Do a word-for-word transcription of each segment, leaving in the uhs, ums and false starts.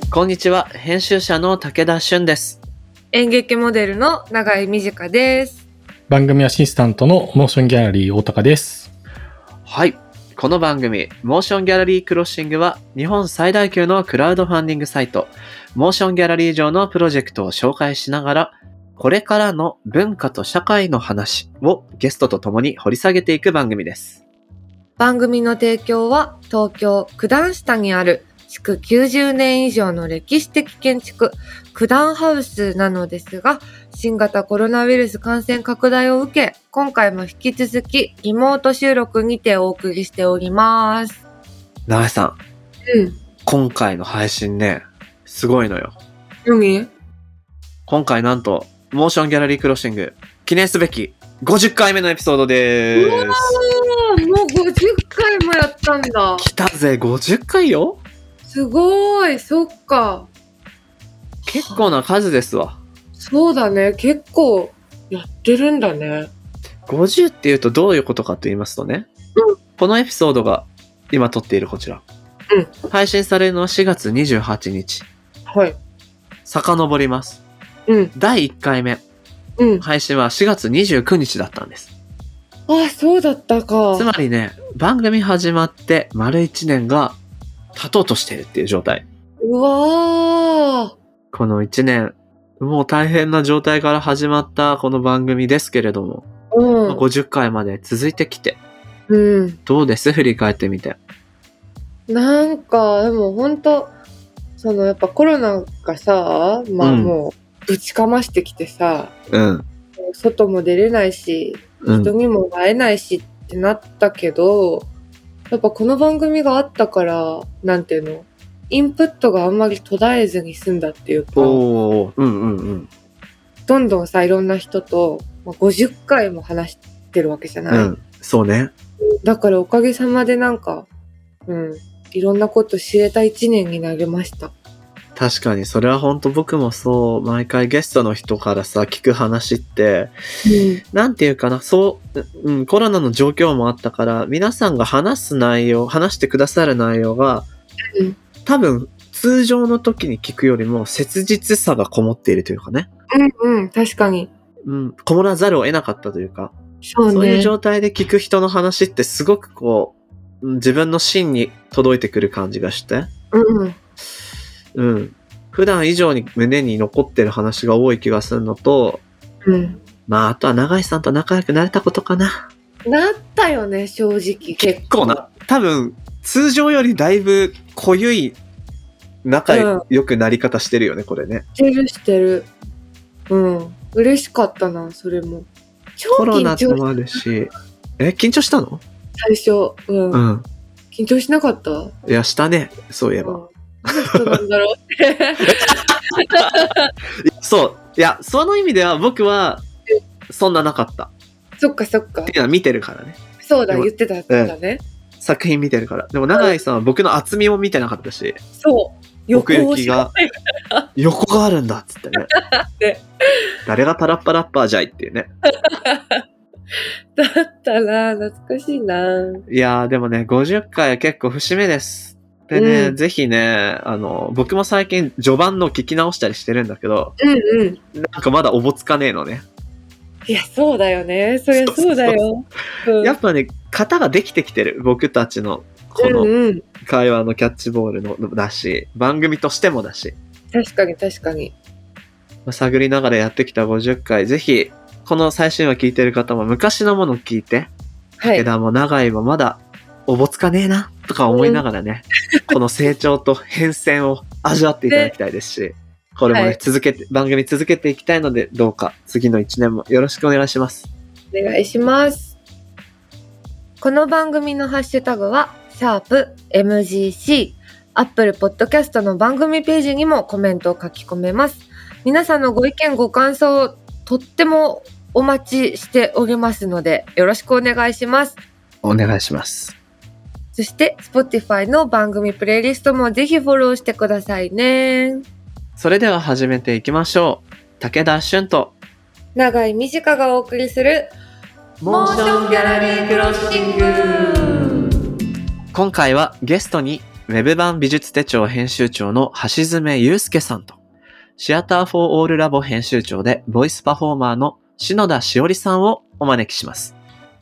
こんにちは、編集者の武田俊です。 演劇モデルの永井美智香です。 番組アシスタントのモーションギャラリー大高です。 はい、この番組モーションギャラリークロッシングは日本最大級のクラウドファンディングサイトモーションギャラリー上のプロジェクトを紹介しながら、これからの文化と社会の話をゲストと共に掘り下げていく番組です。 番組の提供は東京九段下にある築きゅうじゅうねん以上の歴史的建築九段ハウスなのですが、新型コロナウイルス感染拡大を受け、今回も引き続きリモート収録にてお送りしております。 永井さん、 うん、 今回の配信ね、すごいのよ。 何？ 今回なんとモーションギャラリークロッシング記念すべきごじゅっかいめのエピソードでーす。 うわー、もうごじゅっかいもやったんだ。 来たぜ、ごじゅっかいよ。 すごい、そっか。 結構な数ですわ。 そうだね、結構やってるんだね。 ごじゅうっていうとどういうことかと言いますとね、うん、このエピソードが今撮っているこちら、うん、配信されるのはしがつにじゅうはちにち。 はい。 遡ります。うん。だいいっかいめ、うん、配信はしがつにじゅうくにちだったんです。 あ、そうだったか。 つまりね、番組始まって丸いちねんが経とうとしているっていう状態。 うわー。 このいちねん、もう大変な状態から始まったこの番組ですけれども、うん、ごじゅっかいまで続いてきて、うん、どうです振り返ってみて。 なんかでも本当そのやっぱコロナがさ、まあもうぶちかましてきてさ、うん、外も出れないし、人にも会えないしってなったけど、やっぱこの番組があったからなんていうの、インプットがあんまり途絶えずに済んだっていうか、 おー、うんうんうん、 どんどんさいろんな人とごじゅっかいも話してるわけじゃない、うん、 そうね。 だからおかげさまでなんか、うん、いろんなこと知れたいちねんになりました。 確かにそれは本当僕もそう、毎回ゲストの人からさ聞く話って、うん、なんていうかな、そう、うん、コロナの状況もあったから皆さんが話す内容、話してくださる内容が、うん、多分通常の時に聞くよりも切実さがこもっているというかね。 うんうん、確かに。 うん、こもらざるを得なかったというか、 そうね、 そういう状態で聞く人の話ってすごくこう自分の芯に届いてくる感じがして、うん、うん、普段以上に胸に残ってる話が多い気がするのと、うん、まああとは永井さんと仲良くなれたことかな。 なったよね、正直。 結構な、多分通常よりだいぶ濃ゆい仲良くなり方してるよね、うん、これね。 してるしてる。うん、嬉しかったな、それも。 コロナもあるし、え、緊張したの？ 最初、うん。うん、緊張しなかった？ いや、したね、そういえば。うん、 何の人なんだろうって。 そう、いや、その意味では僕はそんななかった。 そっかそっか。 っていうのは見てるからね。 そうだ、言ってたんだね、 うん。作品見てるから。でも永井さんは僕の厚みも見てなかったし。 そう。 奥行きが横があるんだっつってね。ね、誰がパラッパラッパーじゃいっていうね。 だったな、懐かしいな。 いやーでもね、ごじゅっかいは結構節目です。でね、うん、ぜひね、あの僕も最近序盤の聞き直したりしてるんだけど、うんうん、なんかまだおぼつかねえのね。 いや、そうだよね。そりゃそうだよ。 そうそう、うん、やっぱね、型ができてきてる、僕たちのこの会話のキャッチボールのだし、番組としてもだし。 確かに確かに。 探りながらやってきたごじゅっかい、ぜひこの最新話聞いてる方も昔のものを聞いて、はい、武田も永井もまだおぼつかねえなとか思いながらね、うん、この成長と変遷を味わっていただきたいですし、ね、これもね、はい、続けて番組続けていきたいので、どうか次のいちねんもよろしくお願いします。 お願いします。この番組のハッシュタグはシャープ エムジーシー、 Apple Podcast の番組ページにもコメントを書き込めます。皆さんのご意見ご感想をとってもお待ちしておりますので、よろしくお願いします。 お願いします。 そして Spotify の番組プレイリストもぜひフォローしてくださいね。 それでは始めていきましょう。武田俊と永井美智香がお送りするモーションギャラリークロッシング。 今回はゲストにウェブ版美術手帳編集長の橋爪祐介さんと、シアターフォーオールラボ編集長でボイスパフォーマーの篠田しおりさんをお招きします。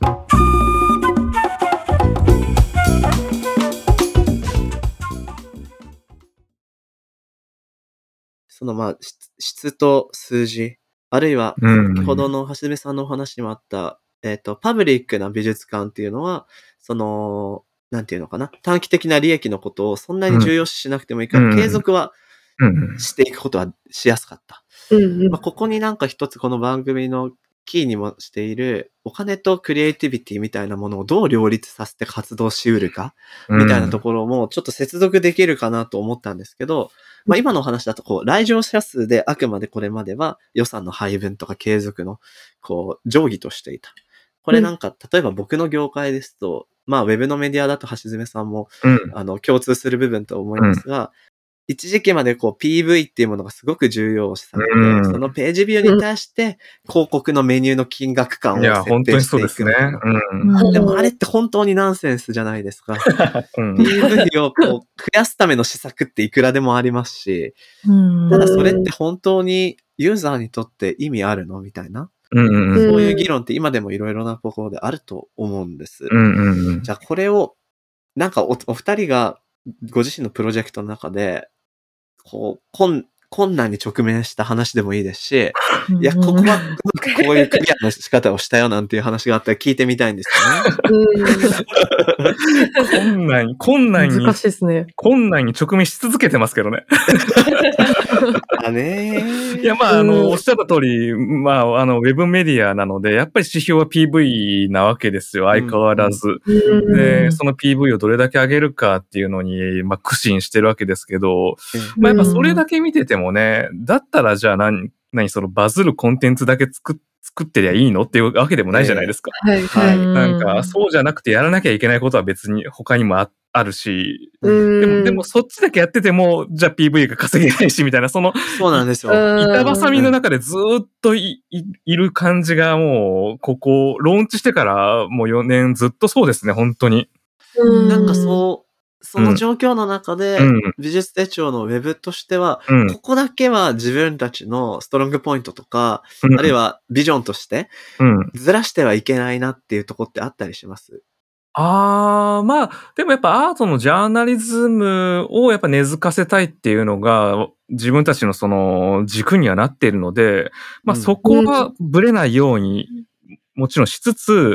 そのまあ質と数字、あるいは先ほどの橋爪さんのお話にもあった、えっと、パブリックな美術館っていうのは、その、なんていうのかな、短期的な利益のことをそんなに重要視しなくてもいいから、継続はしていくことはしやすかった。まあ、ここになんか一つこの番組のキーにもしている、お金とクリエイティビティみたいなものをどう両立させて活動しうるか、みたいなところもちょっと接続できるかなと思ったんですけど、まあ今のお話だとこう、来場者数であくまでこれまでは予算の配分とか継続のこう、定規としていた。これなんか、例えば僕の業界ですと、まあウェブのメディアだと橋爪さんも、うん、あの、共通する部分と思いますが、うん、一時期までこう ピーブイ っていうものがすごく重要視されて、うん、そのページビューに対して広告のメニューの金額感を設定していく。いや、本当にそうですね。うん、でもあれって本当にナンセンスじゃないですか。うん、ピーブイ をこう増やすための施策っていくらでもありますし、うん、ただそれって本当にユーザーにとって意味あるのみたいな。うんうんうん、そういう議論って今でもいろいろなところであると思うんです。うんうんうん、じゃあこれを、なんか お, お二人がご自身のプロジェクトの中で、こう、困、困難に直面した話でもいいですし、いや、ここはこういうクリアな仕方をしたよなんていう話があったら聞いてみたいんですよね。 困難、困難に、 難しいですね。 困難に直面し続けてますけどね。 あねいや、まあ、あの、おっしゃった通り、まあ、あの、ウェブメディアなので、やっぱり指標は ピーブイ なわけですよ、相変わらず。うん、で、その ピーブイ をどれだけ上げるかっていうのに、まあ、苦心してるわけですけど、うん、まあ、やっぱそれだけ見ててもね、だったらじゃあ何、何、そのバズるコンテンツだけ作って、作ってりゃいいのっていうわけでもないじゃないですか。 はいはい。 なんか、そうじゃなくてやらなきゃいけないことは別に他にも あ, あるし、でも、でもそっちだけやってても、じゃあ ピーブイ が稼げないし、みたいな、その、 そうなんですよ。 板挟みの中でずっと い, い, いる感じがもう、ここ、ローンチしてからもうよねんずっとそうですね、本当に。 なんかそう、その状況の中で、うん、美術手帳のウェブとしては、うん、ここだけは自分たちのストロングポイントとか、うん、あるいはビジョンとして、ずらしてはいけないなっていうところってあったりします？ あー、まあ、でもやっぱアートのジャーナリズムをやっぱ根付かせたいっていうのが、自分たちのその軸にはなっているので、まあそこはブレないように、もちろんしつつ、うんうん、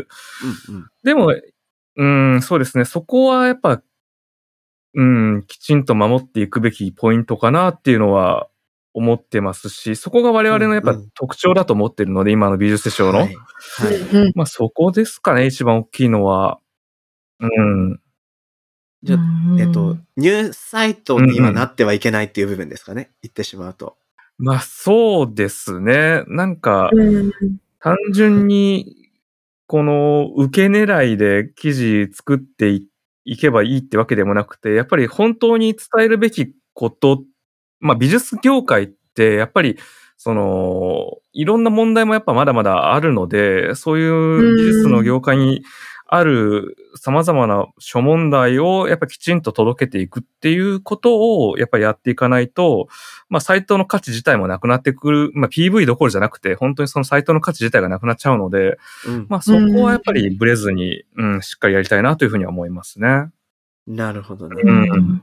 でも、うん、そうですね、そこはやっぱ、うん、きちんと守っていくべきポイントかなっていうのは思ってますし、そこが我々のやっぱ特徴だと思ってるので、うんうん、今の美術手帳の。はいはい、まあそこですかね、一番大きいのは。うん。 じゃあ、えっと、ニュースサイトにはなってはいけないっていう部分ですかね、うんうん、言ってしまうと。 まあそうですね。なんか、うん、単純に、この受け狙いで記事作っていいけばいいってわけでもなくて、やっぱり本当に伝えるべきこと、まあ美術業界ってやっぱりそのいろんな問題もやっぱまだまだあるので、そういう美術の業界にある様々な諸問題をやっぱきちんと届けていくっていうことをやっぱりやっていかないと、まあサイトの価値自体もなくなってくる、まあ ピーブイ どころじゃなくて本当にそのサイトの価値自体がなくなっちゃうので、うん、まあそこはやっぱりブレずに、うん、しっかりやりたいなというふうには思いますね。 なるほどね。 うん。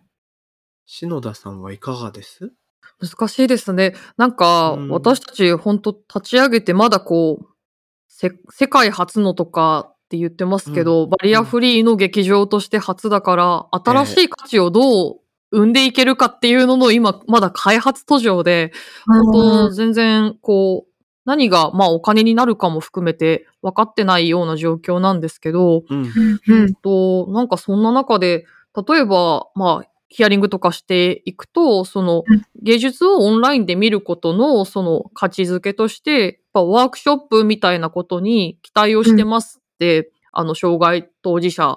篠田さんはいかがです？ 難しいですね。なんか、うん、私たち本当立ち上げてまだこう、せ世界初のとかって言ってますけど、うん、バリアフリーの劇場として初だから、うん、新しい価値をどう生んでいけるかっていうのの今まだ開発途上で、うん、本当全然こう、何がまあお金になるかも含めて分かってないような状況なんですけど、うん、うんとなんかそんな中で、例えばまあヒアリングとかしていくと、その芸術をオンラインで見ることのその価値づけとして、やっぱワークショップみたいなことに期待をしてますって、うん、あの障害当事者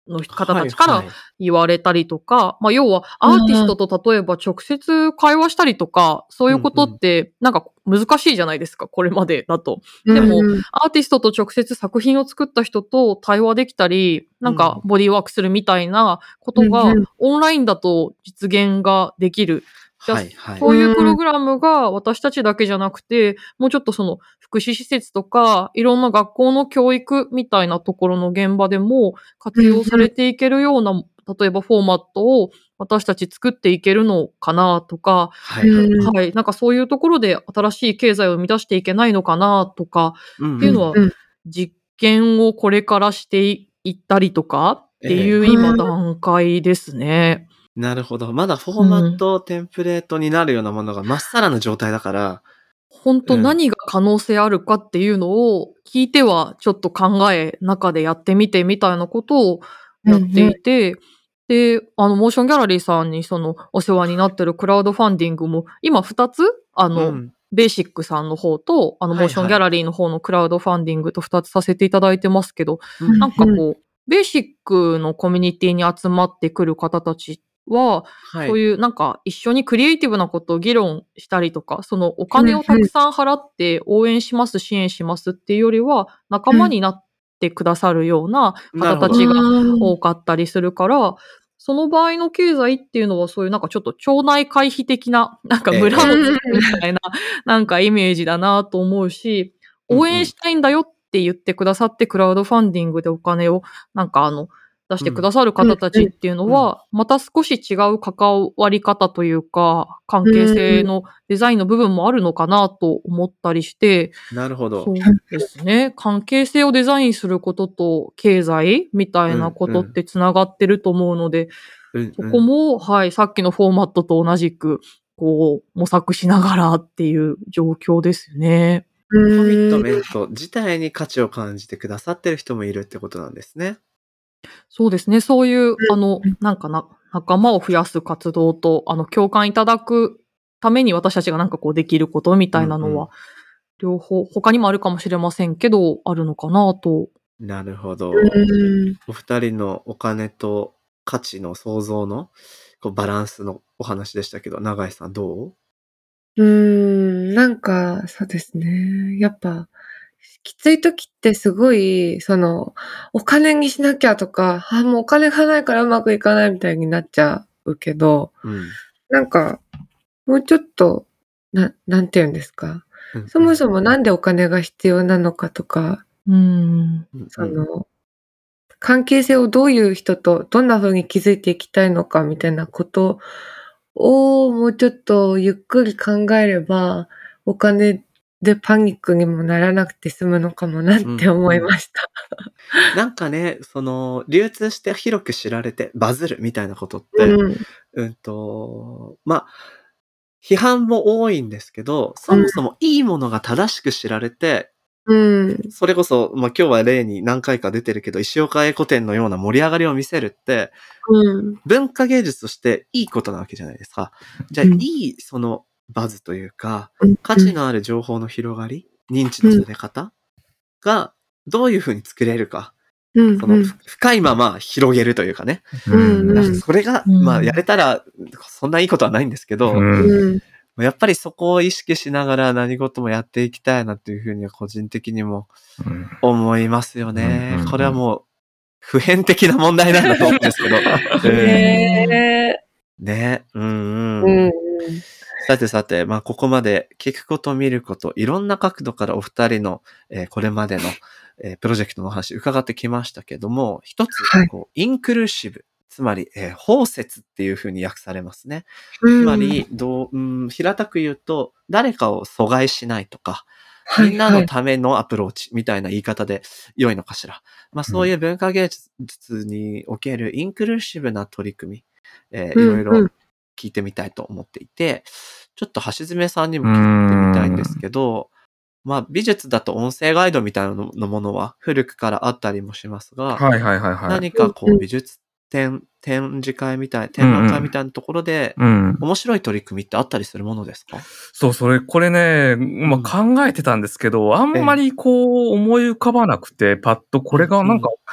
の方たちから言われたりとか、はいはい、まあ要はアーティストと例えば直接会話したりとか、そういうことってなんか難しいじゃないですか、これまでだと。でも、アーティストと直接作品を作った人と対話できたり、なんかボディーワークするみたいなことがオンラインだと実現ができる。はいはい、そういうプログラムが私たちだけじゃなくて、もうちょっとその福祉施設とか、いろんな学校の教育みたいなところの現場でも活用されていけるような、例えばフォーマットを私たち作っていけるのかなとか、はい、はい、なんかそういうところで新しい経済を生み出していけないのかなとか、うんうん、っていうのは、実験をこれからしていったりとかっていう今段階ですね。 なるほど。まだフォーマット、うん、テンプレートになるようなものがまっさらな状態だから。 本当何が可能性あるかっていうのを聞いてはちょっと考え、中でやってみてみたいなことをやっていて、うんうん、で、あの、モーションギャラリーさんにそのお世話になってるクラウドファンディングも今ふたつ、あの、うん、ベーシックさんの方と、あの、モーションギャラリーの方のクラウドファンディングとふたつさせていただいてますけど、うんうん、なんかこう、ベーシックのコミュニティに集まってくる方たちは、はい、そういうなんか一緒にクリエイティブなことを議論したりとか、そのお金をたくさん払って応援します、支援しますっていうよりは、仲間になってくださるような方たちが多かったりするから、その場合の経済っていうのはそういうなんかちょっと町内会費的な、なんか村を作るみたいな、なんかイメージだなと思うし、応援したいんだよって言ってくださってクラウドファンディングでお金をなんかあの、出してくださる方たちっていうのは、また少し違う関わり方というか、関係性のデザインの部分もあるのかなと思ったりして、 なるほど。 そうですね。関係性をデザインすることと経済みたいなことってつながってると思うので、うんうん、そこも、はい、さっきのフォーマットと同じく、こう、模索しながらっていう状況ですね。 コミットメント自体に価値を感じてくださってる人もいるってことなんですね。 そうですね。そういう、あの、なんかな、仲間を増やす活動と、あの、共感いただくために私たちがなんかこうできることみたいなのは、うんうん、両方、他にもあるかもしれませんけど、あるのかなと。 なるほど。お二人のお金と価値の創造のこうバランスのお話でしたけど、永井さんどう？ うーん、なんか、そうですね。やっぱ、きつい時ってすごい、その、お金にしなきゃとか、あ、もうお金がないからうまくいかないみたいになっちゃうけど、うん、なんか、もうちょっと、な、なんて言うんですか。うんうん、そもそもなんでお金が必要なのかとか、うん、その、関係性をどういう人とどんな風に築いていきたいのかみたいなことをもうちょっとゆっくり考えれば、お金でパニックにもならなくて済むのかもなって思いました。 うんうん、なんかね、その、流通して広く知られてバズるみたいなことって、うん、うんと、まあ、批判も多いんですけど、そもそもいいものが正しく知られて、うん、それこそ、まあ、今日は例に何回か出てるけど、石岡英子展のような盛り上がりを見せるって、うん、文化芸術としていいことなわけじゃないですか。じゃあ、いい、その、バズというか、価値のある情報の広がり、認知のされ方が、どういうふうに作れるか。うん、その、深いまま広げるというかね。うんうん、それが、まあ、やれたら、そんないいことはないんですけど、うんやっぱりそこを意識しながら何事もやっていきたいなというふうには個人的にも思いますよね。うん、これはもう普遍的な問題なんだと思うんですけど。ねえ。ねうんうん。うん、さてさて、まあここまで聞くこと見ること、いろんな角度からお二人の、えー、これまでの、えー、プロジェクトのお話伺ってきましたけども、一つこう、インクルーシブ。つまり、えー、包摂っていう風に訳されますね。つまり、どう、うん、平たく言うと、誰かを阻害しないとか、みんなのためのアプローチみたいな言い方で良いのかしら。まあそういう文化芸術におけるインクルーシブな取り組み、えー、いろいろ聞いてみたいと思っていて、ちょっと橋爪さんにも聞いてみたいんですけど、まあ美術だと音声ガイドみたいなのものは古くからあったりもしますが、 はいはいはいはい、 何かこう美術展、展示会みたい、展覧会みたいなところで、うんうん、面白い取り組みってあったりするものですか？ そう、それ、これね、まあ、考えてたんですけど、うん、あんまりこう思い浮かばなくて、パッとこれがなんか、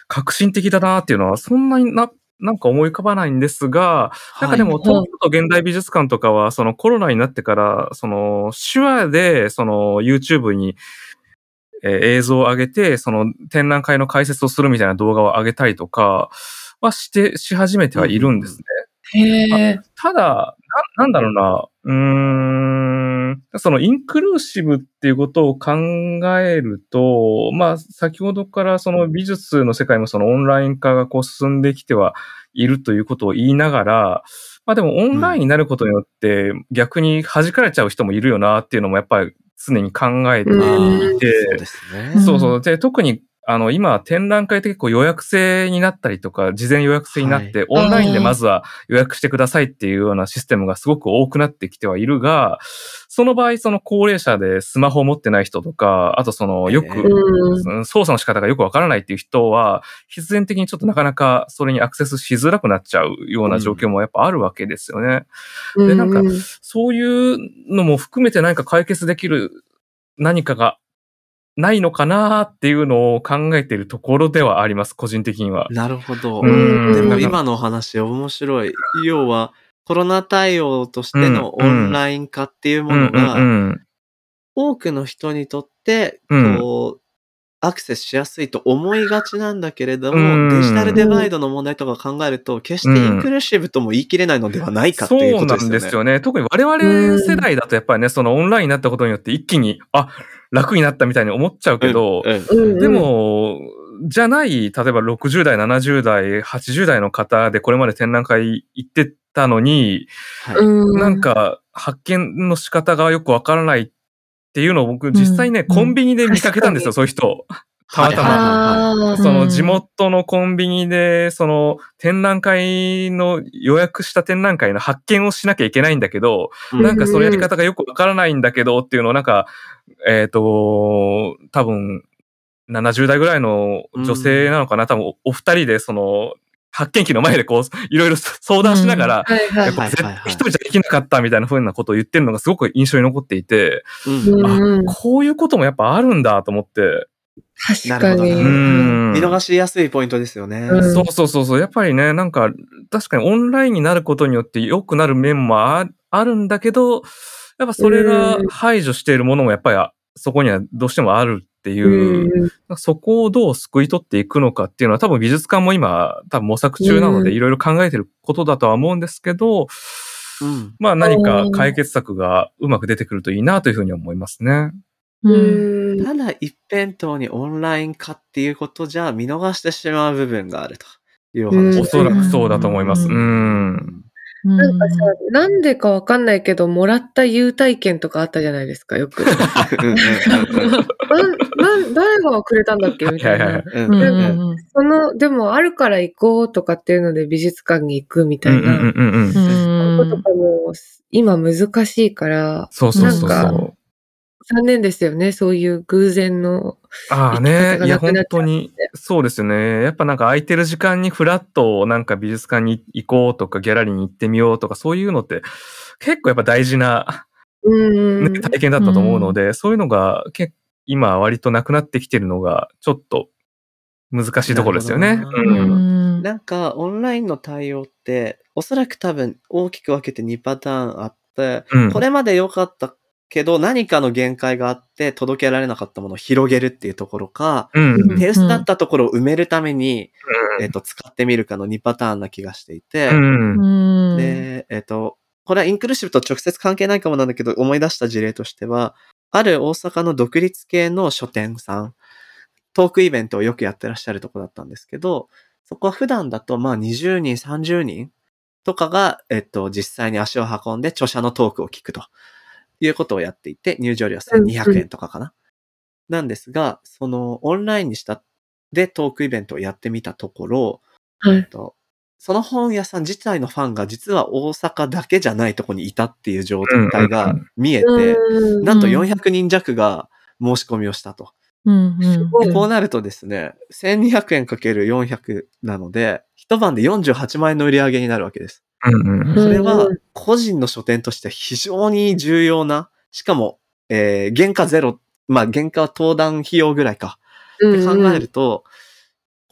革新的だなっていうのはそんなにな、なんか思い浮かばないんですが、なんかでも東京都現代美術館とかはそのコロナになってからその手話でその YouTube にえー映像を上げてその展覧会の解説をするみたいな動画を上げたりとかはしてし始めてはいるんですね。 へー。 ただな、なんだろうな、うーん、そのインクルーシブっていうことを考えると、まあ先ほどからその美術の世界もそのオンライン化がこう進んできてはいるということを言いながら、まあでもオンラインになることによって逆に弾かれちゃう人もいるよなっていうのもやっぱり常に考えていて、 そうですね。 そうそう。で、特にあの、今、展覧会って結構予約制になったりとか、事前予約制になって、 はいオンラインでまずは予約してくださいっていうようなシステムがすごく多くなってきてはいるが、その場合、その高齢者でスマホを持ってない人とか、あとその、よく、 えうん操作の仕方がよくわからないっていう人は、必然的にちょっとなかなかそれにアクセスしづらくなっちゃうような状況もやっぱあるわけですよね。で、なんかうん、 そういうのも含めて何か解決できる何かがないのかなっていうのを考えているところではあります、個人的には。 なるほど。 うんでもなんか今のお話面白い。要はコロナ対応としてのオンライン化っていうものうんうんうがん多くの人にとってうんこうアクセスしやすいと思いがちなんだけれどうも、 んデジタルデバイドの問題とか考えると決してインクルーシブとも言い切れないのではないかっていうことですよね。 そうなんですよね。特に我々世代だとやっぱりね、そのオンラインになったことによって一気に、あ、楽になったみたいに思っちゃうけど、 うんうんうんでも、じゃない、例えばろくじゅう代、ななじゅう代、はちじゅう代の方でこれまで展覧会行ってたのに、 はいうん、 なんか発見の仕方がよくわからないっていうのを僕実際ね、 うんコンビニで見かけたんですよ、そういう人。たまたま。 はいはいはいはいあーその地元のコンビニで、その展覧会の予約した展覧会の発見をしなきゃいけないんだけど、 うんなんかそのやり方がよくわからないんだけどっていうのをなんか、えっと、多分ななじゅう代ぐらいの女性なのかな、多分おお二人でその発見機の前でこういろいろ相談しながら、 はいはいこれ絶はいはいはい対一人じゃできなかったみたいな風なことを言ってるのがすごく印象に残っていて、 うんあうん、 こういうこともやっぱあるんだと思って、 確かに。 なるほどなうん見逃しやすいポイントですよね。 うんそうそうそうそう。やっぱりね、なんか、確かにオンラインになることによって良くなる面もああるんだけど、やっぱそれが排除しているものもやっぱりそこにはどうしてもあるっていう、 うんそこをどう救い取っていくのかっていうのは多分美術館も今多分模索中なのでうんいろいろ考えてることだとは思うんですけど、 うんまあ何か解決策がうまく出てくるといいなというふうに思いますね。 うんうんただ一辺倒にオンライン化っていうことじゃ見逃してしまう部分があるというお話うんです。 おそらくそうだと思います。う。 うんんなんかさ、なんでかわかんないけど、もらった優待券とかあったじゃないですか、よく。 うんうんうんなん、なん、誰がくれたんだっけみたいなはいはいはい。 うんうんうんうんうんその、でもあるから行こうとかっていうので美術館に行くみたいなうんうんうんうん。 こととかも今難しいから、 そうそうそうなんかそう。 残念ですよね、そういう偶然の。 ああ生きね方。がいや、 なくなっちゃう本当に、そうですよね。やっぱなんか空いてる時間にフラッとなんか美術館に行こうとか、ギャラリーに行ってみようとか、そういうのって結構やっぱ大事な、 うんね、体験だったと思うので、そういうのが結今割となくなってきてるのが、ちょっと難しいところですよね。 なるほどう。 うんんなんかオンラインの対応っておそらく多分大きく分けてにパターンあって、 うんこれまで良かったけど何かの限界があって届けられなかったものを広げるっていうところか、 うん。 手薄だったところを埋めるために、えっと、使ってみるかのにパターンな気がしていて、 うん。 うんで、えっと、これはインクルーシブと直接関係ないかもなんだけど、思い出した事例としては、ある大阪の独立系の書店さん、トークイベントをよくやってらっしゃるとこだったんですけど、そこは普段だとまあにじゅうにん、さんじゅうにんとかが、えっと、実際に足を運んで著者のトークを聞くということをやっていて、入場料せんにひゃくえんとかかな。なんですが、そのオンラインにしたでトークイベントをやってみたところ、 はいえっとその本屋さん自体のファンが実は大阪だけじゃないとこにいたっていう状態が見えて、 うんなんとよんひゃくにん弱が申し込みをしたと。 うんうんごいでこうなるとですね、せんにひゃくえんかけるよんひゃくなので、一晩でよんじゅうはちまんえんの売り上げになるわけです。 うん。 これはうん個人の書店として非常に重要な、しかも、えー、原価ゼロ、まあ原価は登壇費用ぐらいか。って考えると、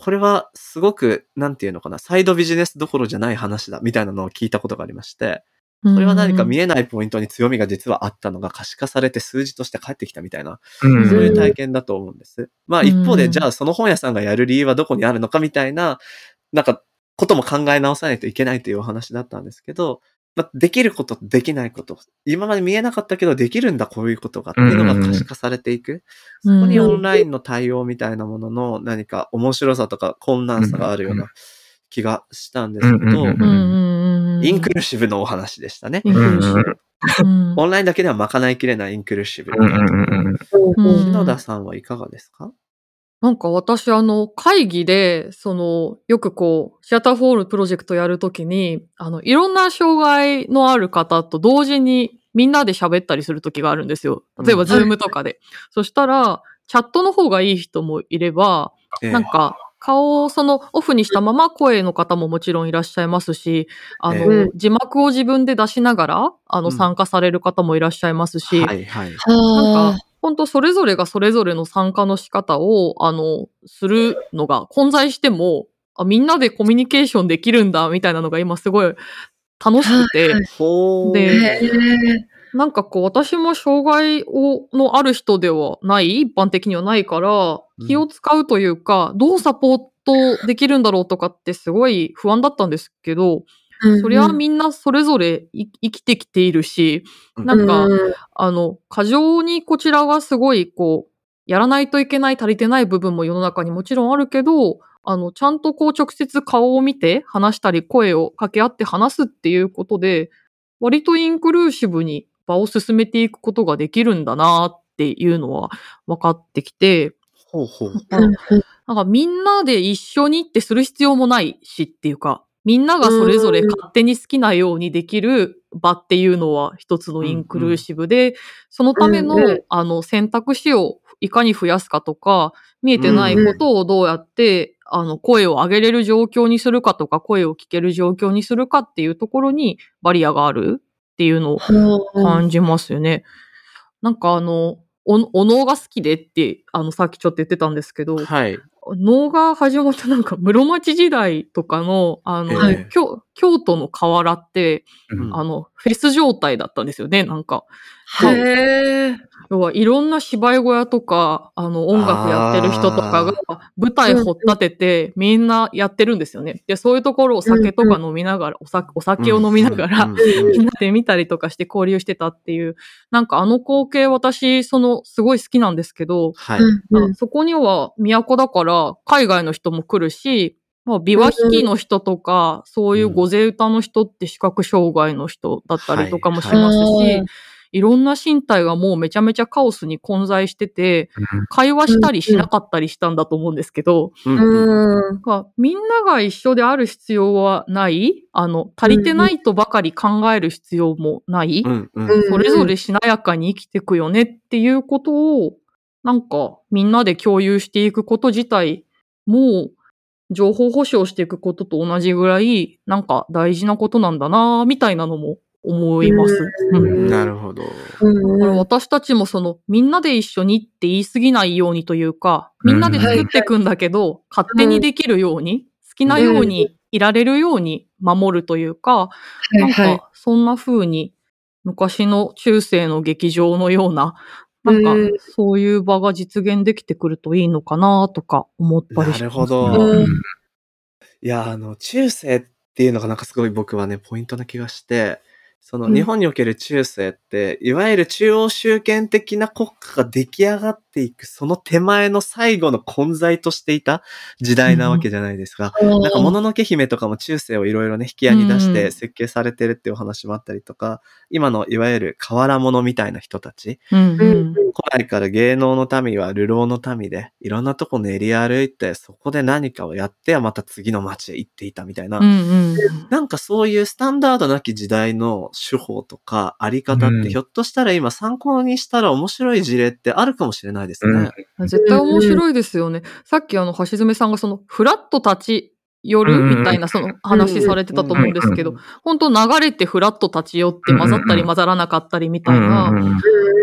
これはすごく、なんていうのかな、サイドビジネスどころじゃない話だ、みたいなのを聞いたことがありまして、それは何か見えないポイントに強みが実はあったのが可視化されて数字として返ってきたみたいな、 うんそういう体験だと思うんです。まあ一方で、じゃあその本屋さんがやる理由はどこにあるのかみたいな、なんか、ことも考え直さないといけないというお話だったんですけど、まあ、できることとできないこと、今まで見えなかったけどできるんだこういうことがっていうのが可視化されていく。そこにオンラインの対応みたいなものの何か面白さとか困難さがあるような気がしたんですけど、インクルーシブのお話でしたね。インクルーシブ。オンラインだけでは賄いきれないインクルーシブ。篠田さんはいかがですか？ なんか私あの会議で、そのよくこうシアターフォールプロジェクトやるときに、あのいろんな障害のある方と同時にみんなで喋ったりするときがあるんですよ。例えばズームとかで。うん、そしたらチャットの方がいい人もいれば、ええ、なんか顔をそのオフにしたまま声の方ももちろんいらっしゃいますし、あの、ええ、字幕を自分で出しながらあの参加される方もいらっしゃいますし、うん、はいはい、なんか本当それぞれがそれぞれの参加の仕方を、あの、するのが混在しても、あ、みんなでコミュニケーションできるんだ、みたいなのが今すごい楽しくて。で、なんかこう、私も障害をのある人ではない、一般的にはないから、気を使うというか、うん、どうサポートできるんだろうとかってすごい不安だったんですけど、うんうん、そりゃみんなそれぞれ生きてきているし、なんか、うん、あの、過剰にこちらがすごいこう、やらないといけない足りてない部分も世の中にもちろんあるけど、あの、ちゃんとこう直接顔を見て話したり声を掛け合って話すっていうことで、割とインクルーシブに場を進めていくことができるんだなっていうのは分かってきて、 ほうほう。 なんかみんなで一緒にってする必要もないしっていうか、みんながそれぞれ勝手に好きなようにできる場っていうのは一つのインクルーシブで、うんうん、そのための、うんうん、あの選択肢をいかに増やすかとか、見えてないことをどうやって、うんうん、あの声を上げれる状況にするかとか、声を聞ける状況にするかっていうところにバリアがあるっていうのを感じますよね。なんかあの、お、お能が好きでって、あの、さっきちょっと言ってたんですけど、 はい。 能が始まったなんか室町時代とかの、あの、えー、京, 京都の河原って、うん、あの、フェス状態だったんですよね、なんか。 へー。 要はいろんな芝居小屋とか、あの、音楽やってる人とかが舞台掘っ立ててみんなやってるんですよね。で、そういうところを酒とか飲みながら、お酒、お酒を飲みながら、みんなで見たりとかして交流してたっていう、なんかあの光景私、その、すごい好きなんですけど、 はい。 そこには都だから海外の人も来るし、まあ、琵琶弾きの人とか、そういう御勢歌の人って視覚障害の人だったりとかもしますし、はいはい、いろんな身体がもうめちゃめちゃカオスに混在してて、会話したりしなかったりしたんだと思うんですけど、 うんうん、 みんなが一緒である必要はない、あの、足りてないとばかり考える必要もない、 うんうん、 それぞれしなやかに生きていくよねっていうことを、なんかみんなで共有していくこと自体も情報保障していくことと同じぐらいなんか大事なことなんだなみたいなのも思います。 うん、なるほど。 だから私たちもそのみんなで一緒にって言い過ぎないようにというか、みんなで作っていくんだけど、うん、勝手にできるように、好きなようにいられるように守るというか、うん、なんかそんな風に昔の中世の劇場のようななんか、そういう場が実現できてくるといいのかなとか思ったりします、ね。 なるほど。いや、あの、中世っていうのがなんかすごい僕はね、ポイントな気がして、その日本における中世って、うん、いわゆる中央集権的な国家が出来上がっていく、その手前の最後の混在としていた時代なわけじゃないですか。うん、なんか、もののけ姫とかも中世をいろいろね、引き合いに出して設計されてるっていうお話もあったりとか、うん、今のいわゆる河原者みたいな人たち。 うんうん、 古来から芸能の民は流浪の民で、いろんなとこ練り歩いて、そこで何かをやってはまた次の町へ行っていたみたいな。 うんうん、 なんかそういうスタンダードなき時代の手法とかあり方って、ひょっとしたら今参考にしたら面白い事例ってあるかもしれないですね。 うん、絶対面白いですよね。さっきあの橋爪さんがそのフラッと立ち寄るみたいなその話されてたと思うんですけど、本当流れてフラッと立ち寄って混ざったり混ざらなかったりみたいな、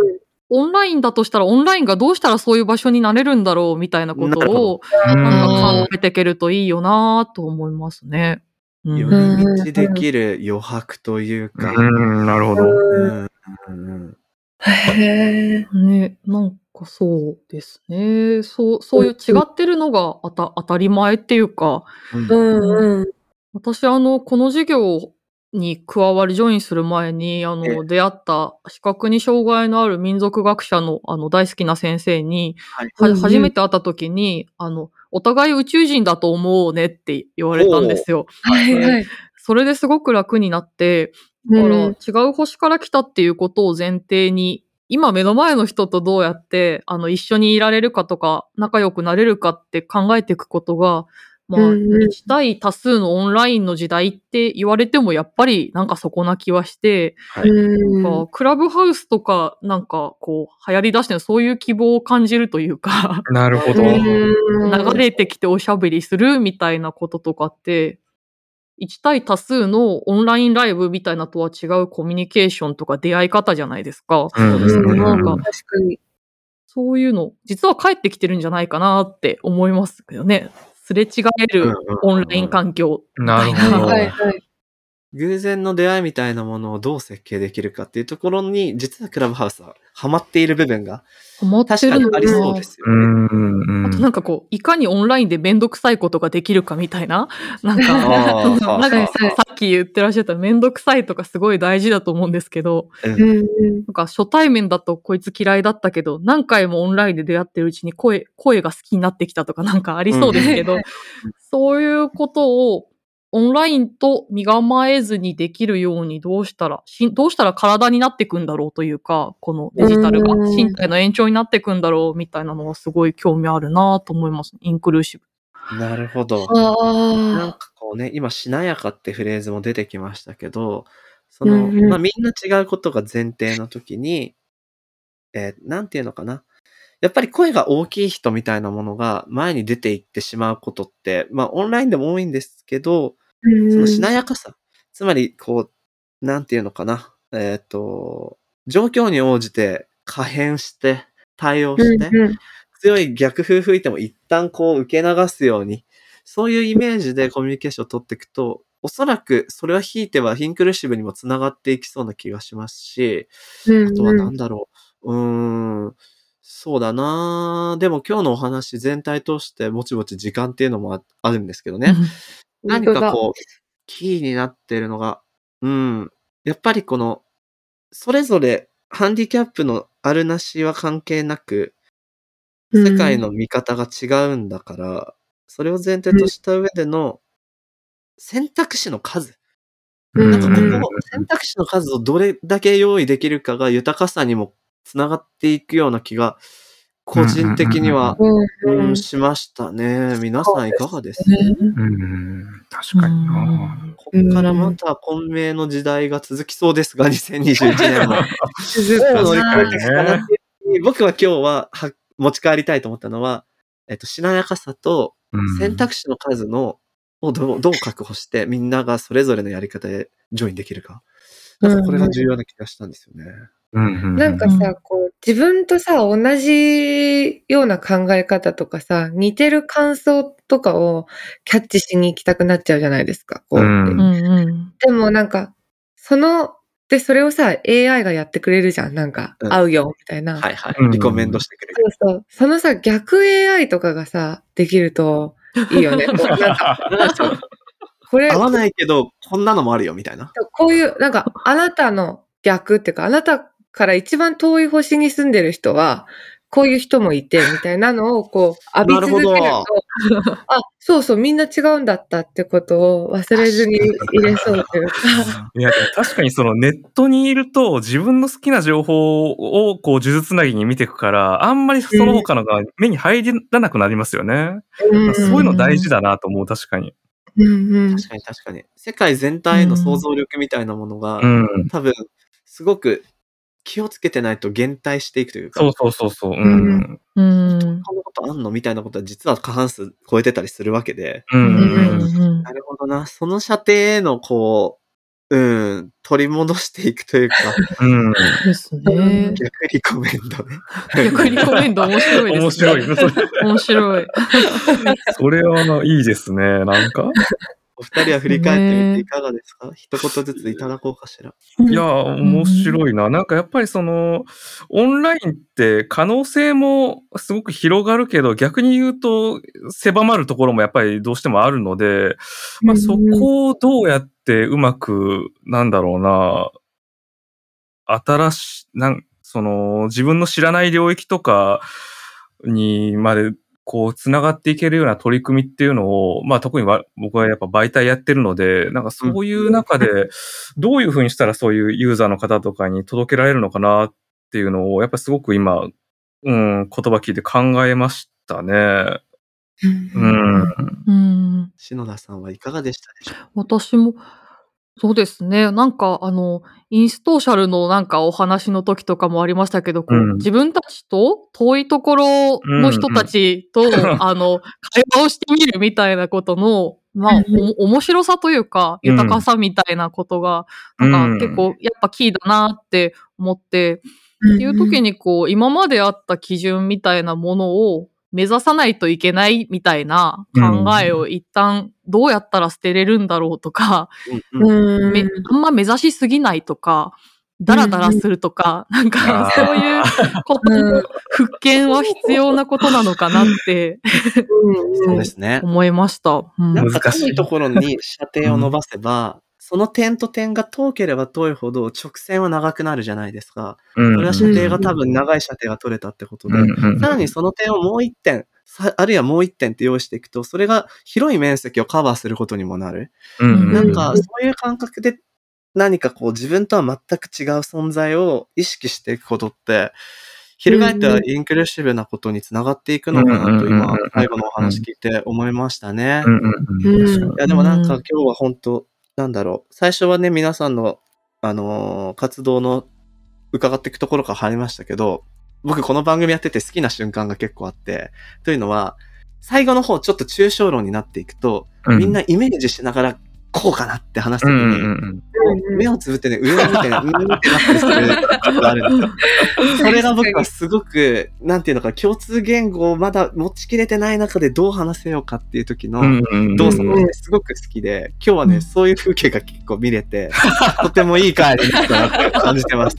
オンラインだとしたら、オンラインがどうしたらそういう場所になれるんだろうみたいなことを、なんか考えていけるといいよなと思いますね。 うん、寄り道できる余白というか。 うん、なるほど。うんうんへー。ね、なんかそうですね。そう、そういう違ってるのがあた当たり前っていうか、 うんうん、 私あの、この授業に加わりジョインする前に、あの、出会った視覚に障害のある民族学者の、あの、大好きな先生に、 はい、 は初めて会った時に、あの、お互い宇宙人だと思うねって言われたんですよ。 はいはい。 それですごく楽になって、だから違う星から来たっていうことを前提に、今目の前の人とどうやって、あの、一緒にいられるかとか、仲良くなれるかって考えていくことが、まあ、いち対多数のオンラインの時代って言われてもやっぱりなんかそこな気はして、はい、なんかクラブハウスとかなんかこう流行り出してるそういう希望を感じるというか、 なるほど。 流れてきておしゃべりするみたいなこととかって、いち対多数のオンラインライブみたいなとは違うコミュニケーションとか出会い方じゃないですか。 そうですね。 なんか、 確かに。 そういうの、実は返ってきてるんじゃないかなって思いますけどね。すれ違えるオンライン環境みたいな。 なるほど。 はいはい。 偶然の出会いみたいなものをどう設計できるかっていうところに、実はクラブハウスはハマっている部分が確かにありそうですよね。 うん、 あとなんかこう、いかにオンラインでめんどくさいことができるかみたいな、なんか、なんかさっき言ってらっしゃっためんどくさいとかすごい大事だと思うんですけど、 うん、 なんか初対面だとこいつ嫌いだったけど、何回もオンラインで出会ってるうちに声、声が好きになってきたとかなんかありそうですけど、うん、そういうことをオンラインと身構えずにできるようにどうしたら、しどうしたら体になっていくんだろうというか、このデジタルが身体の延長になっていくんだろうみたいなのはすごい興味あるなと思います。インクルーシブ。 なるほど。なんかこうね、今しなやかってフレーズも出てきましたけど、その、うんうん、まあ、みんな違うことが前提の時に、えー、なんていうのかな。やっぱり声が大きい人みたいなものが前に出ていってしまうことって、まあオンラインでも多いんですけど、そのしなやかさ。つまり、こう、なんていうのかな。えっと、状況に応じて可変して、対応して、強い逆風吹いても一旦こう受け流すように、そういうイメージでコミュニケーションを取っていくと、おそらくそれはひいてはインクルーシブにもつながっていきそうな気がしますし、あとはなんだろう。うーん。そうだなぁ。でも今日のお話全体通してぼちぼち時間っていうのも あ, あるんですけどね。何かこう、キーになってるのが、うん。やっぱりこの、それぞれハンディキャップのあるなしは関係なく、世界の見方が違うんだから、うん、それを前提とした上での選択肢の数。うん、なんかここ、選択肢の数をどれだけ用意できるかが豊かさにもつながっていくような気が、個人的には、うんうん、しましたね。皆さんいかがです？ うん、確かにな。 こっからまた混迷の時代が続きそうですが、にせんにじゅういちねんも。乗り越えてきたなっていう。僕は今日はは持ち帰りたいと思ったのは、えっと、しなやかさと選択肢の数の、をどう、どう確保して、みんながそれぞれのやり方でジョインできるか。なんかこれが重要な気がしたんですよね。 なんかさ、こう、自分とさ、同じような考え方とかさ、似てる感想とかをキャッチしに行きたくなっちゃうじゃないですか。こう、うん、でもなんか、その、で、それをさ、エーアイ がやってくれるじゃん。なんか、うん、合うよ、みたいな。 はいはい。リコメンドしてくれる。 そうそう。そのさ、逆 エーアイ とかがさ、できるといいよね。こうなんかこれ。合わないけど、こんなのもあるよ、みたいな。 こういう、なんか、あなたの逆っていうか、あなたから一番遠い星に住んでる人は、こういう人もいて、みたいなのをこう、浴び続けると、あ、そうそう、みんな違うんだったってことを忘れずに入れそうというか。 いや、でも確かにそのネットにいると、自分の好きな情報をこう、呪術つなぎに見ていくから、あんまりその他のが目に入らなくなりますよね。うん、そういうの大事だなと思う、確かに。 うんうん、 確かに確かに。世界全体への想像力みたいなものが、うん、多分、すごく気をつけてないと減退していくというか。 そうそうそうそう。うん。 うん。こんなことあんのみたいなことは実は過半数超えてたりするわけで。 うん。 なるほどな。その射程へのこう、 うん、取り戻していくというか。 うん。 ですね。 逆リコメンドね。 逆リコメンド面白いですね。 面白い。 面白い。 それはいいですね、なんか。 お二人は振り返ってみていかがですか？ね、一言ずついただこうかしら。 いや、面白いな。なんかやっぱりその、オンラインって可能性もすごく広がるけど、逆に言うと狭まるところもやっぱりどうしてもあるので、まあそこをどうやってうまく、なんだろうな、新しい、なん、その、自分の知らない領域とかにまで、こう、つながっていけるような取り組みっていうのを、まあ特にわ僕はやっぱ媒体やってるので、なんかそういう中で、どういう風にしたらそういうユーザーの方とかに届けられるのかなっていうのを、やっぱすごく今、うん、言葉聞いて考えましたね。うん。 うん。 篠田さんはいかがでしたでしょう？ 私も、そうですね。なんかあの、インストーシャルのなんかお話の時とかもありましたけど、こう、 うん。 自分たちと遠いところの人たちと、 うんうん。 あの、会話をしてみるみたいなことの、まあ、お面白さというか、豊かさみたいなことが、なんか結構やっぱキーだなって思って、っていう時にこう、今まであった基準みたいなものを目指さないといけないみたいな考えを一旦どうやったら捨てれるんだろうとか、 うんうん。 めあんま目指しすぎないとか、ダラダラするとか、なんかそういうことの復権は必要なことなのかなってそうですね。 思いました。うん。 なんか遠いところに射程を伸ばせば、その点と点が遠ければ遠いほど直線は長くなるじゃないですか。それは射程が多分長い射程が取れたってことで、さらにその点をもう一点、あるいはもう一点って用意していくと、それが広い面積をカバーすることにもなる。なんかそういう感覚で何かこう自分とは全く違う存在を意識していくことって、翻ってはインクルーシブなことにつながっていくのかなと今、最後のお話聞いて思いましたね。いやでもなんか今日は本当なんだろう、最初はね、皆さんの、あのー、活動の伺っていくところから入りましたけど、僕この番組やってて好きな瞬間が結構あって、というのは、最後の方ちょっと抽象論になっていくと、みんなイメージしながらこうかなって話すときに、目をつぶってね、上を見てね、うんってなったりすることがあるんですよ。それが僕はすごく、なんていうのか、共通言語をまだ持ちきれてない中でどう話せようかっていう時の動作がすごく好きで、今日はね、そういう風景が結構見れて、とてもいい回になったなって感じてます。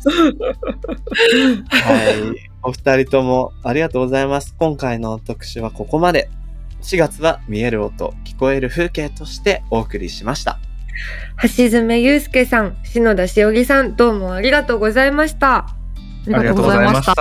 はい。お二人ともありがとうございます。今回の特集はここまで。しがつは見える音、聞こえる風景としてお送りしました。 橋爪祐介さん、篠田しおぎさん、どうもありがとうございました。 ありがとうございました。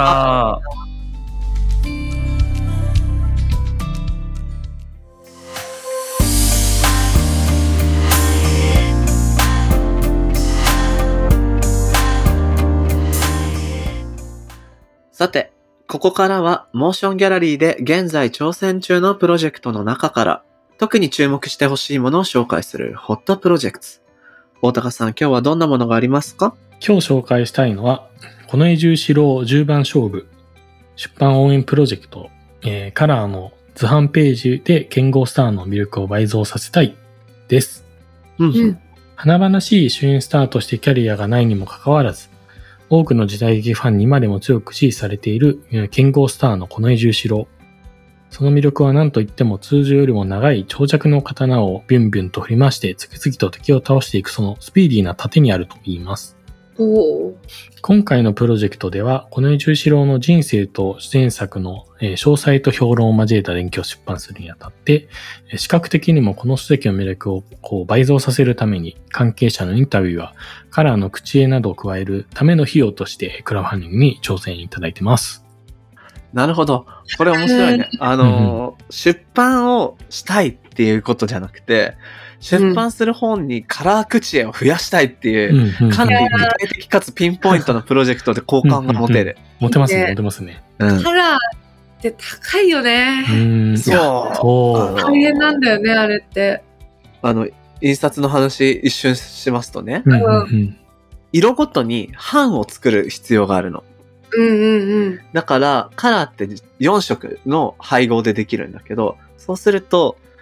さて、ここからはモーションギャラリーで現在挑戦中のプロジェクトの中から特に注目してほしいものを紹介するホットプロジェクト。大高さん、今日はどんなものがありますか？ 今日紹介したいのは、この十四郎じゅうばん勝負出版応援プロジェクト、えー、カラーの図版ページで剣豪スターの魅力を倍増させたいです。 うん、うん、 華々しい主演スターとしてキャリアがないにもかかわらず、多くの時代劇ファンに今でも強く支持されている剣豪スターの近衛十四郎。その魅力は何といっても通常よりも長い長尺の刀をビュンビュンと振り回して次々と敵を倒していくそのスピーディーな盾にあると言います。 お今回のプロジェクトでは近衛十四郎の人生と出演作の詳細と評論を交えた伝記を出版するにあたって視覚的にもこの書籍の魅力をこう倍増させるために関係者のインタビューやカラーの口絵などを加えるための費用としてクラファンディングに挑戦いただいてます。 なるほど。これ面白いね。あの、出版をしたいっていうことじゃなくて、出版する本にカラー口絵を増やしたいっていう、かなり具体的かつピンポイントなプロジェクトで好感が持てる。 持てますね、持てますね。 カラーって高いよね。 うん、 そう。 そう。 大変なんだよね、あれって。 あの、印刷の話一瞬しますとね、 うんうんうん、 色ごとに版を作る必要があるの。 うんうんうん。 だから、カラーってよんしょくの配合でできるんだけど、そうすると、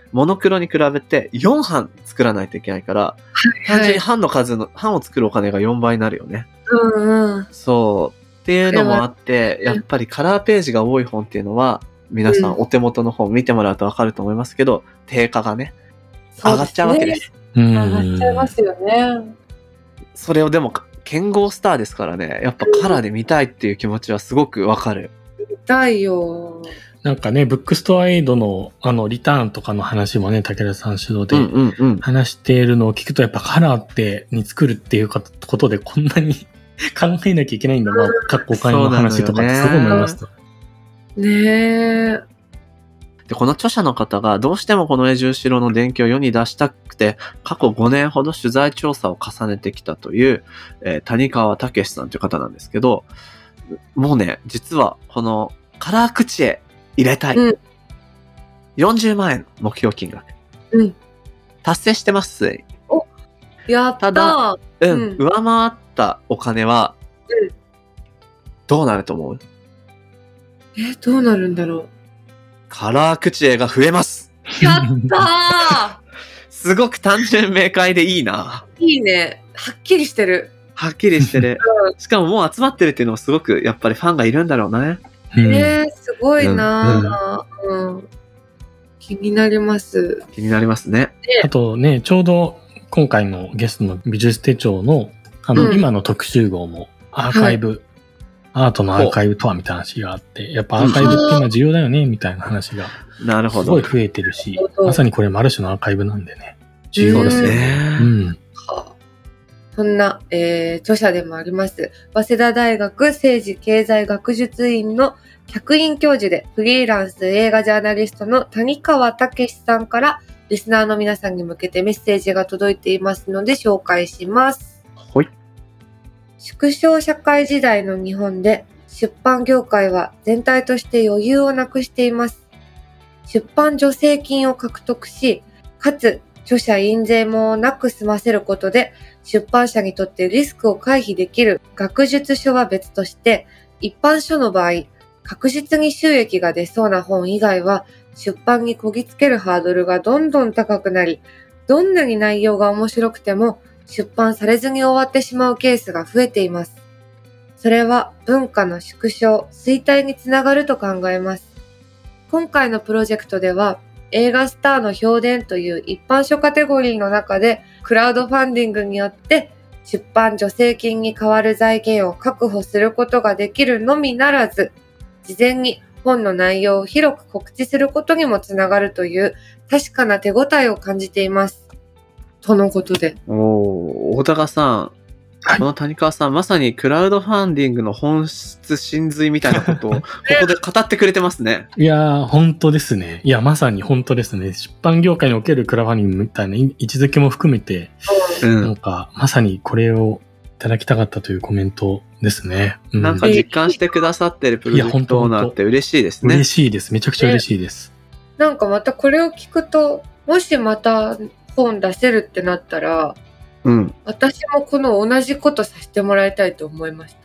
モノクロに比べてよんはん作らないといけないから、単純に版の数の、版を作るお金がよんばいになるよね。 うんうん。 そう。っていうのもあって、やっぱりカラーページが多い本っていうのは、皆さんお手元の本見てもらうとわかると思いますけど、定価がね、上がっちゃうわけです。 上がっちゃいますよね。 それをでも、剣豪スターですからね、やっぱカラーで見たいっていう気持ちはすごくわかる。 見たいよ。 なんかね、ブックストアエイドのあのリターンとかの話もね、武田さん主導で話しているのを聞くと、やっぱカラーってに作るっていうことでこんなに考えなきゃいけないんだな、各個会の話とかってすごい思いました。 ねえ。 で、この著者の方がどうしてもこの江十四郎の伝記を世に出したくて、過去ごねんほど取材調査を重ねてきたという、えー、谷川武さんという方なんですけど、もうね、実はこのカラー口絵入れたい。うん、よんじゅうまんえん目標金額。 うん。 達成してます。 お、やったー。 ただ、うん、うん、上回ったお金は、うん、どうなると思う？ え、どうなるんだろう。 カラー口絵が増えます。 やったーすごく単純明快でいいな。 いいね。はっきりしてる。 はっきりしてる。しかももう集まってるっていうのもすごくやっぱりファンがいるんだろうね。 えー、すごいな、うんうん、気になります。 気になりますね。 あとね、ちょうど今回のゲストの美術手帳の、あの、うん、今の特集号もアーカイブ、はい、アートのアーカイブとはみたいな話があって、やっぱアーカイブって今重要だよね、みたいな話が。 なるほど。 すごい増えてるし、まさにこれもある種のアーカイブなんでね。重要ですよね。うん。 そんな、えー、著者でもあります。早稲田大学政治経済学術院の客員教授でフリーランス映画ジャーナリストの谷川武さんからリスナーの皆さんに向けてメッセージが届いていますので紹介します。 はい。 縮小社会時代の日本で出版業界は全体として余裕をなくしています。出版助成金を獲得し、かつ著者印税もなく済ませることで出版社にとってリスクを回避できる学術書は別として、一般書の場合、確実に収益が出そうな本以外は出版にこぎつけるハードルがどんどん高くなり、どんなに内容が面白くても出版されずに終わってしまうケースが増えています。それは文化の縮小、衰退につながると考えます。今回のプロジェクトでは、映画スターの評伝という一般書カテゴリーの中でクラウドファンディングによって出版助成金に代わる財源を確保することができるのみならず、事前に本の内容を広く告知することにもつながるという確かな手応えを感じています。とのことで。 おー、大高さん。はい、この谷川さん、まさにクラウドファンディングの本質真髄みたいなことをここで語ってくれてますね。 いやー、本当ですね。いや、まさに本当ですね。出版業界におけるクラファンディングみたいな位置づけも含めて、うん、なんか、まさにこれをいただきたかったというコメントですね。 うん、なんか実感してくださってるプロジェクトオーナーって嬉しいですね。 嬉しいです。めちゃくちゃ嬉しいです。 なんかまたこれを聞くと、もしまた本出せるってなったら、うん、私もこの同じことさせてもらいたいと思いました。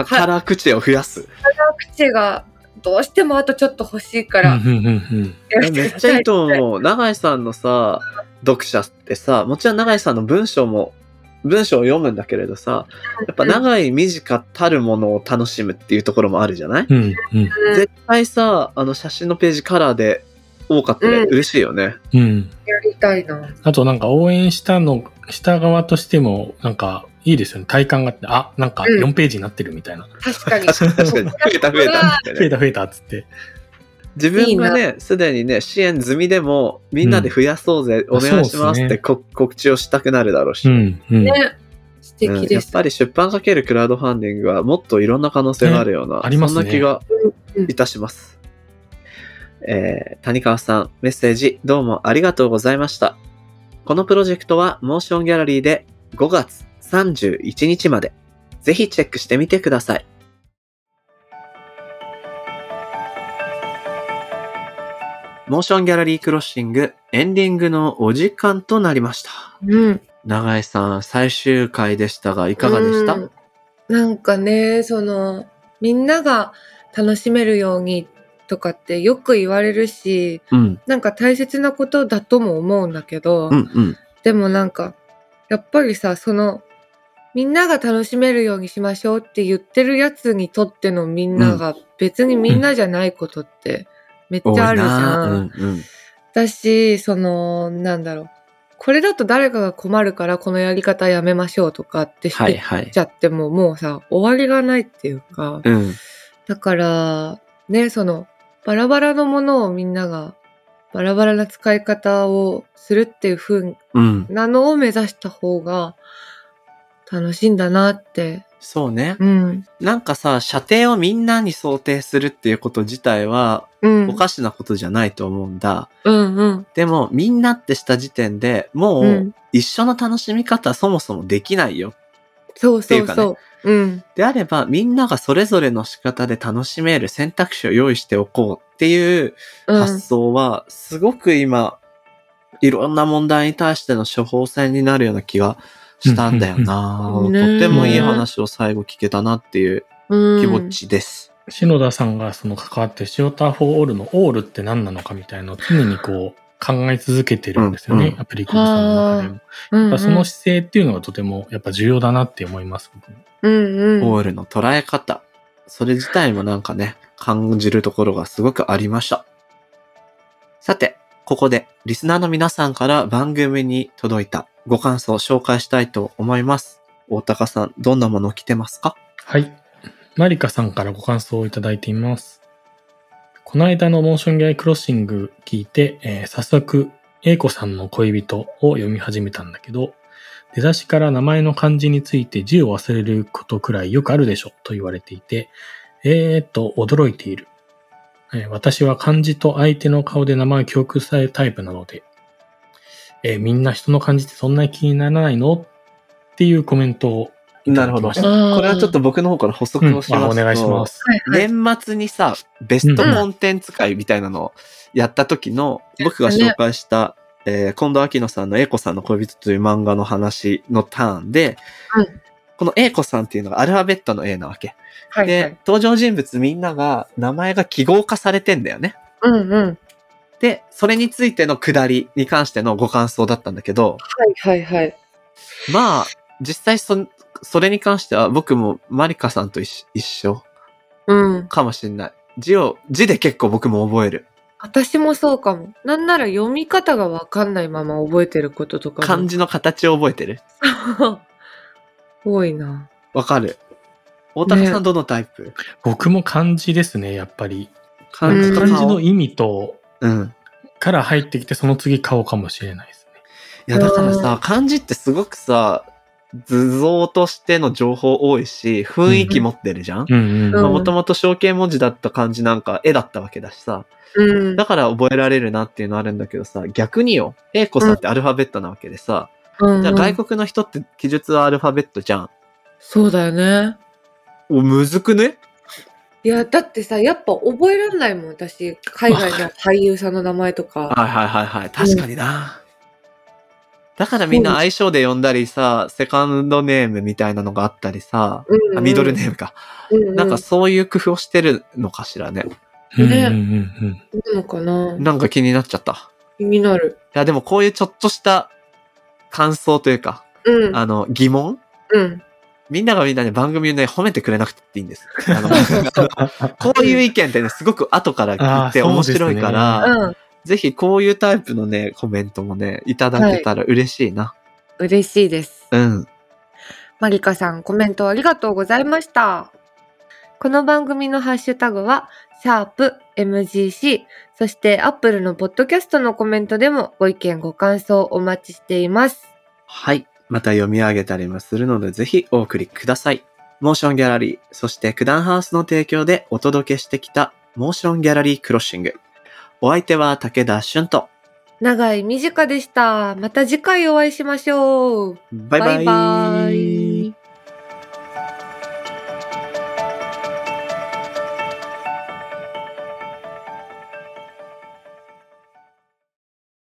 カラー口絵を増やす。 カラー口絵がどうしてもあとちょっと欲しいから。 めっちゃいいと思う。永井さんのさ、読者ってさ、もちろん永井さんの文章も、文章を読むんだけれどさ、やっぱ永井短たるものを楽しむっていうところもあるじゃない？うんうん、絶対さ、あの写真のページカラーで多かったら嬉しいよね。 うん。 やりたいな。 あとなんか応援したの、した側としてもなんかいいですよね。体感があって、あ、なんかよんページになってるみたいな。 うん、確かに。 確かに。増えた増えた、 ね。増えた増えたっつって。 自分がね、すでにね、支援済みでもみんなで増やそうぜ、うん、お願いしますって、ね、告知をしたくなるだろうし。 うんうん、ね。素敵です、うん。 やっぱり出版×クラウドファンディングはもっといろんな可能性があるような、ね、ありますね、そんな気がいたします。えー、谷川さん、メッセージどうもありがとうございました。このプロジェクトはモーションギャラリーでごがつさんじゅういちにちまで、ぜひチェックしてみてください。モーションギャラリークロッシングエンディングのお時間となりました。 うん。 永井さん、最終回でしたがいかがでした？ うん、なんかね、そのみんなが楽しめるようにとかってよく言われるし、 うん。 なんか大切なことだとも思うんだけど、 うんうん。 でもなんか、やっぱりさ、その、みんなが楽しめるようにしましょうって言ってるやつにとってのみんなが別にみんなじゃないことってめっちゃあるじゃん。 うんうん。 だし、その、なんだろう。これだと誰かが困るからこのやり方やめましょうとかってしてちゃっても、もうさ、終わりがないっていうか。 うん。 だから、ね、その、バラバラのものをみんながバラバラな使い方をするっていう風なのを目指した方が楽しいんだなって。 そうね。 うん。 なんかさ、射程をみんなに想定するっていうこと自体は、おかしなことじゃないと思うんだ。 うんうん。 でも、みんなってした時点でもう、一緒の楽しみ方そもそもできないよ。 そうそうそう。うん。 であれば、みんながそれぞれの仕方で楽しめる選択肢を用意しておこうっていう発想は、すごく今、いろんな問題に対しての処方箋になるような気がしたんだよな、とってもいい話を最後聞けたなっていう気持ちです。 篠田さんがその関わってシオターフォーオールのオールって何なのかみたいなのを常にこう考え続けてるんですよね。うんうん、アプリコブさんの中でも。うんうん、その姿勢っていうのがとてもやっぱ重要だなって思います。 うんうん、 オールの捉え方。それ自体もなんかね、感じるところがすごくありました。さて、ここでリスナーの皆さんから番組に届いたご感想を紹介したいと思います。大高さん、どんなものを着てますか？ はい。マリカさんからご感想をいただいています。この間のモーションギャラリークロッシング聞いて、えー、早速、英子さんの恋人を読み始めたんだけど、出だしから名前の漢字について字を忘れることくらいよくあるでしょと言われていて、えーっと、驚いている。えー、私は漢字と相手の顔で名前を記憶されるタイプなので、えー、みんな人の漢字ってそんなに気にならないのっていうコメントをいただきました。 なるほど。これはちょっと僕の方から補足をしますと、うん、 お願いします。 年末にさ、ベストコンテンツ会みたいなのをやった時の、うん、僕が紹介した、ねえー、近藤秋乃さんの英子さんの恋人という漫画の話のターンで、うん、この英子さんっていうのがアルファベットの A なわけ。はいはい、で、登場人物みんなが名前が記号化されてんだよね。 うんうん。 で、それについての下りに関してのご感想だったんだけど、 はいはいはい。 まあ、実際そ、それに関しては僕もマリカさんと一緒かもしれない。うん、字を、字で結構僕も覚える。 私もそうかも。なんなら読み方がわかんないまま覚えてることとかも。 漢字の形を覚えてる。 多いな。 わかる。大高さんどのタイプ？ね、 僕も漢字ですね、やっぱり。 漢字と漢字の意味と、 うん。 から入ってきて、その次顔かもしれないですね。 いや、だからさ、漢字ってすごくさ、図像としての情報多いし、雰囲気持ってるじゃん？もともと象形文字だった漢字なんか絵だったわけだしさ。うん、だから覚えられるなっていうのあるんだけどさ、逆によ、英子さんってアルファベットなわけでさ、うん、じゃあ外国の人って記述はアルファベットじゃん。 そうだよね。 お、むずくね？ いや、だってさ、やっぱ覚えられないもん、私。海外の俳優さんの名前とか。 はいはいはいはい。確かにな。うん、だからみんな相性で呼んだりさ、セカンドネームみたいなのがあったりさ、うんうん、ミドルネームか、うんうん。なんかそういう工夫をしてるのかしらね。 ね。うんうんうん。いいのかな？ なんか気になっちゃった。 気になる。 いやでもこういうちょっとした感想というか、うん、あの疑問、 うん、 みんながみんなね番組をね褒めてくれなくていいんです。あのこういう意見ってねすごく後から聞いて面白いから、ね、ぜひこういうタイプのねコメントもねいただけたら嬉しいな。はい、 嬉しいです。 うん。 マリカさんコメントありがとうございました。この番組のハッシュタグはシャープ エムジーシー、そして Apple のポッドキャストのコメントでもご意見ご感想お待ちしています。 はい。また読み上げたりもするのでぜひお送りください。モーションギャラリー、そして九段ハウスの提供でお届けしてきたモーションギャラリークロッシング。お相手は武田俊と永井美智香でした。また次回お会いしましょう。 バイバイ。バイバイ。